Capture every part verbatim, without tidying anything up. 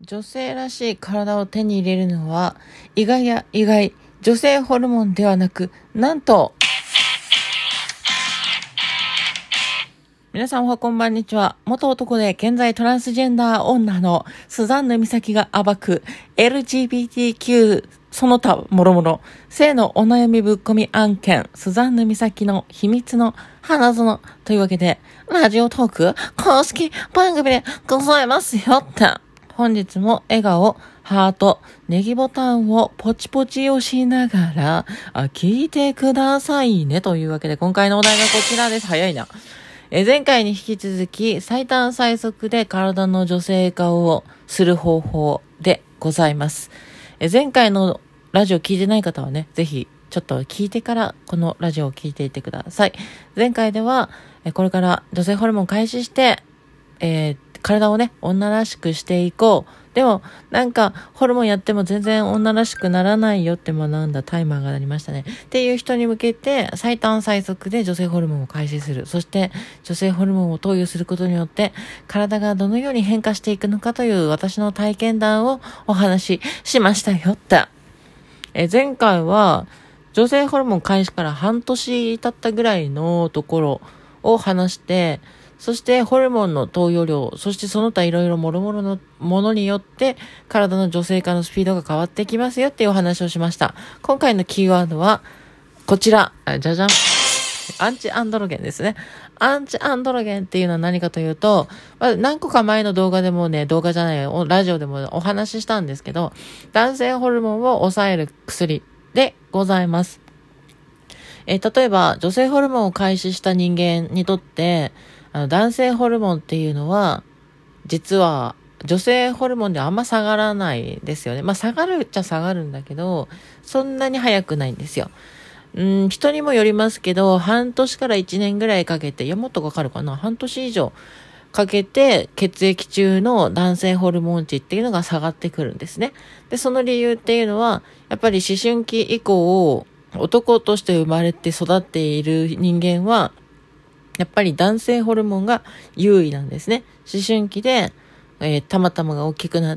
女性らしい体を手に入れるのは意外や意外、女性ホルモンではなく、なんと皆さんおはこんばんにちは。元男で現在トランスジェンダー女のスザンヌ美咲が暴く エルジービーティーキュー その他もろもろ性のお悩みぶっ込み案件、スザンヌ美咲の秘密の花園というわけで、ラジオトーク公式番組でございますよって。本日も笑顔、ハート、ネギボタンをポチポチ押しながらあ聞いてくださいねというわけで、今回のお題がこちらです。早いな。え前回に引き続き最短最速で体の女性化をする方法でございます。え前回のラジオ聞いてない方はね、ぜひちょっと聞いてからこのラジオを聞いていてください。前回ではえこれから女性ホルモンを開始して、えー、体をね女らしくしていこう。でもなんかホルモンやっても全然女らしくならないよって学んだタイマーが鳴りましたねっていう人に向けて、最短最速で女性ホルモンを開始する、そして女性ホルモンを投与することによって体がどのように変化していくのかという私の体験談をお話ししましたよって。え前回は女性ホルモン開始から半年経ったぐらいのところを話して、そしてホルモンの投与量、そしてその他いろいろ諸々のものによって体の女性化のスピードが変わってきますよっていうお話をしました。今回のキーワードはこちら、じゃじゃん。アンチアンドロゲンですね。アンチアンドロゲンっていうのは何かというと、まあ、何個か前の動画でもね、動画じゃないよ、ラジオでもお話ししたんですけど、男性ホルモンを抑える薬でございます。えー、例えば女性ホルモンを開始した人間にとって、あの男性ホルモンっていうのは実は女性ホルモンであんま下がらないですよね。まあ下がるっちゃ下がるんだけど、そんなに早くないんですよ。うん、人にもよりますけど、半年からいちねんぐらいかけて、いやもっとかかるかな、半年以上かけて血液中の男性ホルモン値っていうのが下がってくるんですね。で、その理由っていうのは、やっぱり思春期以降、男として生まれて育っている人間は、やっぱり男性ホルモンが優位なんですね。思春期で、えー、たまたまが大きくなって、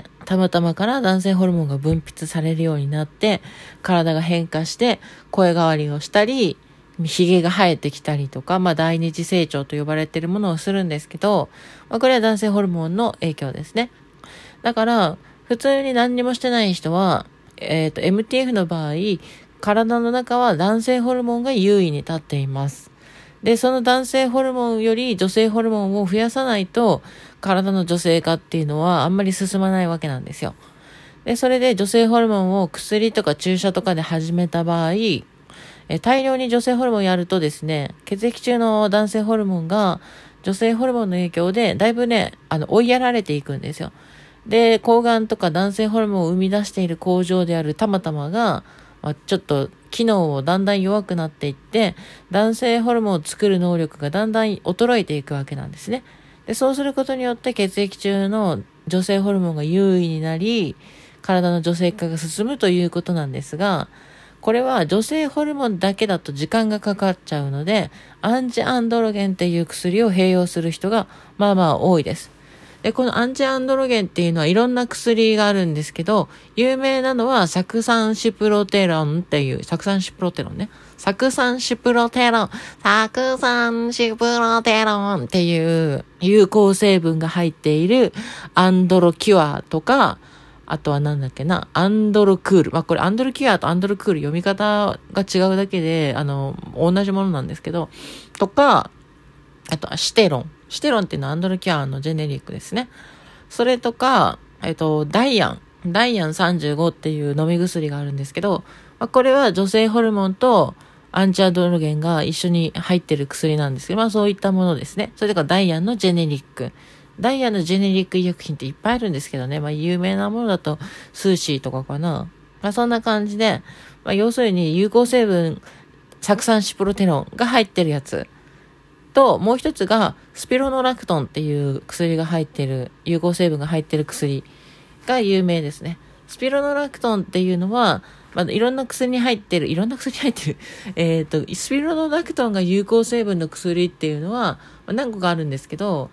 たまたまから男性ホルモンが分泌されるようになって、体が変化して声変わりをしたり、髭が生えてきたりとか、まあ第二次成長と呼ばれているものをするんですけど、まあ、これは男性ホルモンの影響ですね。だから、普通に何にもしてない人は、えっと、エムティーエフ の場合、体の中は男性ホルモンが優位に立っています。で、その男性ホルモンより女性ホルモンを増やさないと、体の女性化っていうのはあんまり進まないわけなんですよ。で、それで女性ホルモンを薬とか注射とかで始めた場合、え大量に女性ホルモンやるとですね、血液中の男性ホルモンが女性ホルモンの影響でだいぶね、あの、追いやられていくんですよ。で、睾丸とか男性ホルモンを生み出している工場であるたまたまが、まあ、ちょっと機能をだんだん弱くなっていって、男性ホルモンを作る能力がだんだん衰えていくわけなんですね。で、そうすることによって血液中の女性ホルモンが優位になり、体の女性化が進むということなんですが、これは女性ホルモンだけだと時間がかかっちゃうので、アンチアンドロゲンっていう薬を併用する人がまあまあ多いです。で、このアンチアンドロゲンっていうのはいろんな薬があるんですけど、有名なのは酢酸シプロテロンっていう、酢酸シプロテロンね。酢酸シプロテロン、酢酸シプロテロンっていう有効成分が入っているアンドロキュアとか、あとはなんだっけな、アンドロクール。まあこれアンドロキュアとアンドロクール読み方が違うだけで、あの、同じものなんですけど、とか、あとはシテロン。シテロンっていうのはアンドロキュアのジェネリックですね。それとか、えっと、ダイアン。ダイアンさんじゅうごっていう飲み薬があるんですけど、まあ、これは女性ホルモンとアンチアンドロゲンが一緒に入ってる薬なんですけど、まあそういったものですね。それとかダイアンのジェネリック。ダイアンのジェネリック医薬品っていっぱいあるんですけどね。まあ有名なものだとスーシーとかかな。まあそんな感じで、まあ要するに有効成分、酢酸シプロテロンが入ってるやつ。と、もう一つが、スピロノラクトンっていう薬が入ってる、有効成分が入ってる薬が有名ですね。スピロノラクトンっていうのは、まあ、いろんな薬に入ってる、いろんな薬に入ってる。えっと、スピロノラクトンが有効成分の薬っていうのは、まあ、何個かあるんですけど、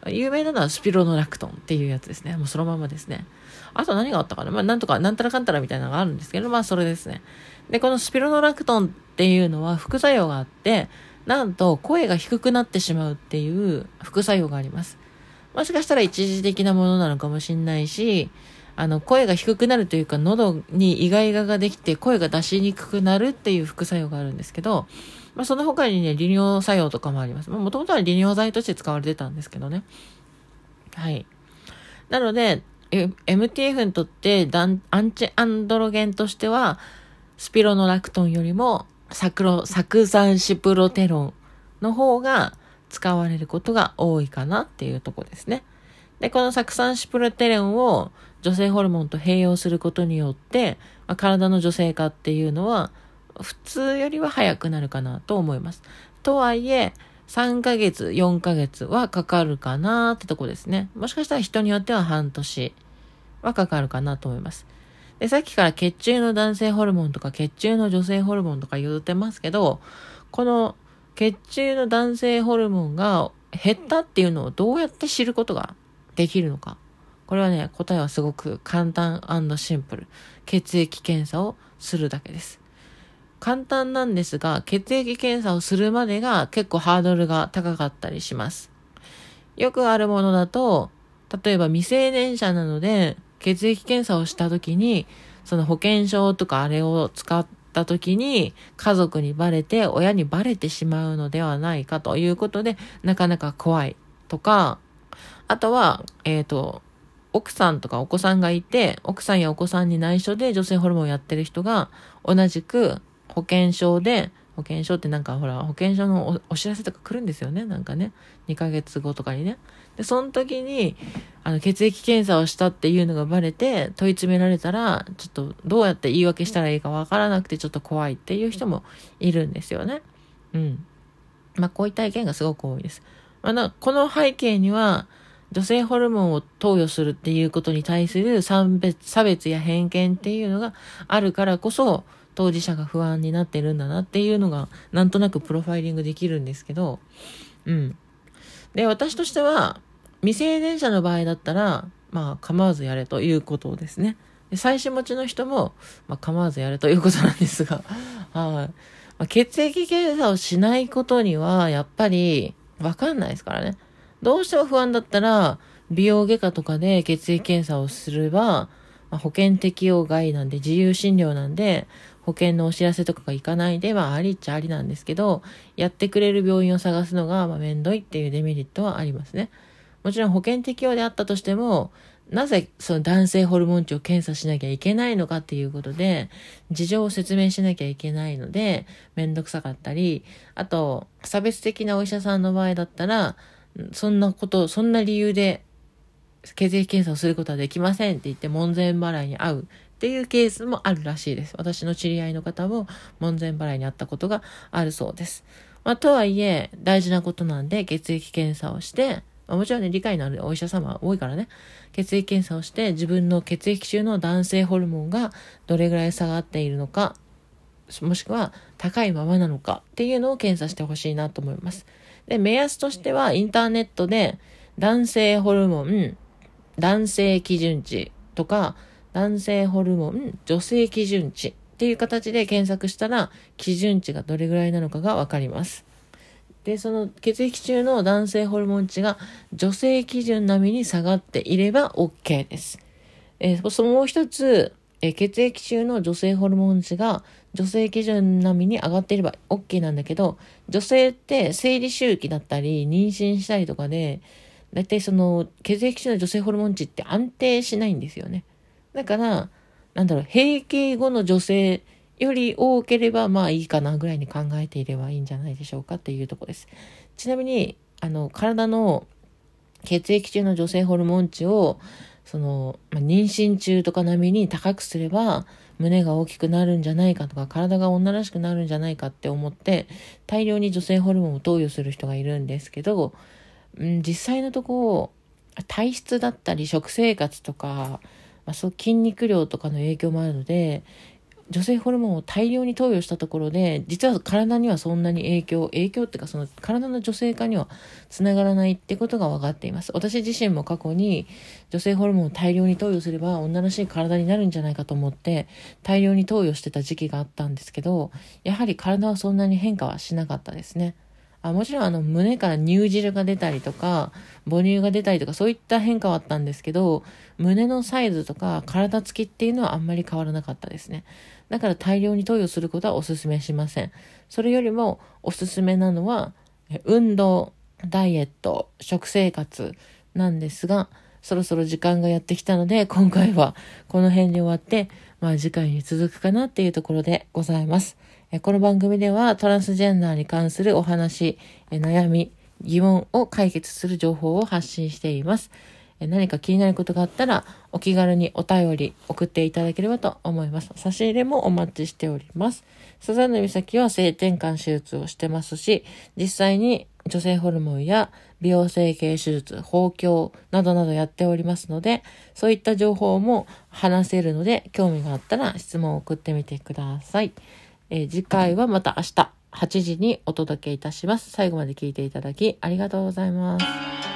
有名なのはスピロノラクトンっていうやつですね。もうそのままですね。あと何があったかな、まあなんとか、なんたらかんたらみたいなのがあるんですけど、まあそれですね。で、このスピロノラクトンっていうのは副作用があって、なんと声が低くなってしまうっていう副作用があります。もしかしたら一時的なものなのかもしれないし、あの、声が低くなるというか、喉にイガイガができて声が出しにくくなるっていう副作用があるんですけど、まあ、その他にね、利尿作用とかもあります。もともとは利尿剤として使われてたんですけどね。はい。なので、エムティーエフ にとってアンチアンドロゲンとしては、スピロノラクトンよりもサクロ、サクザンシプロテロンの方が使われることが多いかなっていうところですね。で、このサクサンシプロテロンを女性ホルモンと併用することによって、まあ、体の女性化っていうのは普通よりは早くなるかなと思います。とはいえ、さんかげつ、よんかげつはかかるかなってとこですね。もしかしたら人によっては半年はかかるかなと思います。で、さっきから血中の男性ホルモンとか血中の女性ホルモンとか言ってますけど、この血中の男性ホルモンが減ったっていうのをどうやって知ることができるのか。これはね、答えはすごく簡単&シンプル。血液検査をするだけです。簡単なんですが、血液検査をするまでが結構ハードルが高かったりします。よくあるものだと、例えば未成年者なので、血液検査をしたときに、その保険証とかあれを使ったときに、家族にバレて、親にバレてしまうのではないかということで、なかなか怖いとか、あとは、えっと、奥さんとかお子さんがいて、奥さんやお子さんに内緒で女性ホルモンをやってる人が、同じく保険証で、保険証ってなんかほら、保険証の お, お知らせとか来るんですよね。なんかね。にかげつごとかにね。で、その時に、あの、血液検査をしたっていうのがバレて、問い詰められたら、ちょっとどうやって言い訳したらいいかわからなくてちょっと怖いっていう人もいるんですよね。うん。まあ、こういった意見がすごく多いです。まあ、なこの背景には、女性ホルモンを投与するっていうことに対する差別、差別や偏見っていうのがあるからこそ、当事者が不安になってるんだなっていうのが、なんとなくプロファイリングできるんですけど、うん。で、私としては、未成年者の場合だったら、まあ、構わずやれということですね。で、妻子持ちの人も、まあ、構わずやれということなんですが、はい。まあ、血液検査をしないことには、やっぱり、わかんないですからね。どうしても不安だったら、美容外科とかで血液検査をすれば、まあ、保険適用外なんで、自由診療なんで、保険のお知らせとかがいかないではありっちゃありなんですけど、やってくれる病院を探すのがまあめんどいっていうデメリットはありますね。もちろん保険適用であったとしても、なぜその男性ホルモン値を検査しなきゃいけないのかっていうことで、事情を説明しなきゃいけないので、めんどくさかったり、あと、差別的なお医者さんの場合だったら、そんなこと、そんな理由で血液検査をすることはできませんって言って門前払いに遭うっていうケースもあるらしいです。私の知り合いの方も門前払いに遭ったことがあるそうです。まあ、とはいえ大事なことなんで血液検査をして、まあ、もちろんね理解のあるお医者様は多いからね、血液検査をして自分の血液中の男性ホルモンがどれぐらい下がっているのか、もしくは高いままなのかっていうのを検査してほしいなと思います。で、目安としてはインターネットで男性ホルモン、男性基準値とか男性ホルモン、女性基準値っていう形で検索したら基準値がどれぐらいなのかがわかります。で、その血液中の男性ホルモン値が女性基準並みに下がっていれば OK です。えー、そのもう一つ、えー、血液中の女性ホルモン値が女性基準並みに上がっていれば OK なんだけど、女性って生理周期だったり妊娠したりとかで、だいたいその血液中の女性ホルモン値って安定しないんですよね。だから、なんだろう、閉経後の女性より多ければまあいいかなぐらいに考えていればいいんじゃないでしょうかっていうところです。ちなみに、あの、体の血液中の女性ホルモン値を、その、まあ、妊娠中とか並みに高くすれば、胸が大きくなるんじゃないかとか、体が女らしくなるんじゃないかって思って、大量に女性ホルモンを投与する人がいるんですけど、うん、実際のところ、体質だったり食生活とか、まあ、そう筋肉量とかの影響もあるので、 女性ホルモンを大量に投与したところで、実は体にはそんなに影響、影響っていうかその体の女性化にはつながらないってことが分かっています。私自身も過去に女性ホルモンを大量に投与すれば女らしい体になるんじゃないかと思って大量に投与してた時期があったんですけど、やはり体はそんなに変化はしなかったですね。あもちろんあの胸から乳汁が出たりとか母乳が出たりとかそういった変化はあったんですけど、胸のサイズとか体つきっていうのはあんまり変わらなかったですね。だから大量に投与することはお勧めしません。それよりもおすすめなのは運動、ダイエット、食生活なんですが、そろそろ時間がやってきたので今回はこの辺に終わって、まあ次回に続くかなっていうところでございます。この番組ではトランスジェンダーに関するお話、悩み、疑問を解決する情報を発信しています。何か気になることがあったらお気軽にお便り送っていただければと思います。差し入れもお待ちしております。スザンヌ美咲は性転換手術をしてますし、実際に女性ホルモンや美容整形手術、包協などなどやっておりますので、そういった情報も話せるので、興味があったら質問を送ってみてください。えー、次回はまた明日はちじにお届けいたします。最後まで聞いていただきありがとうございます。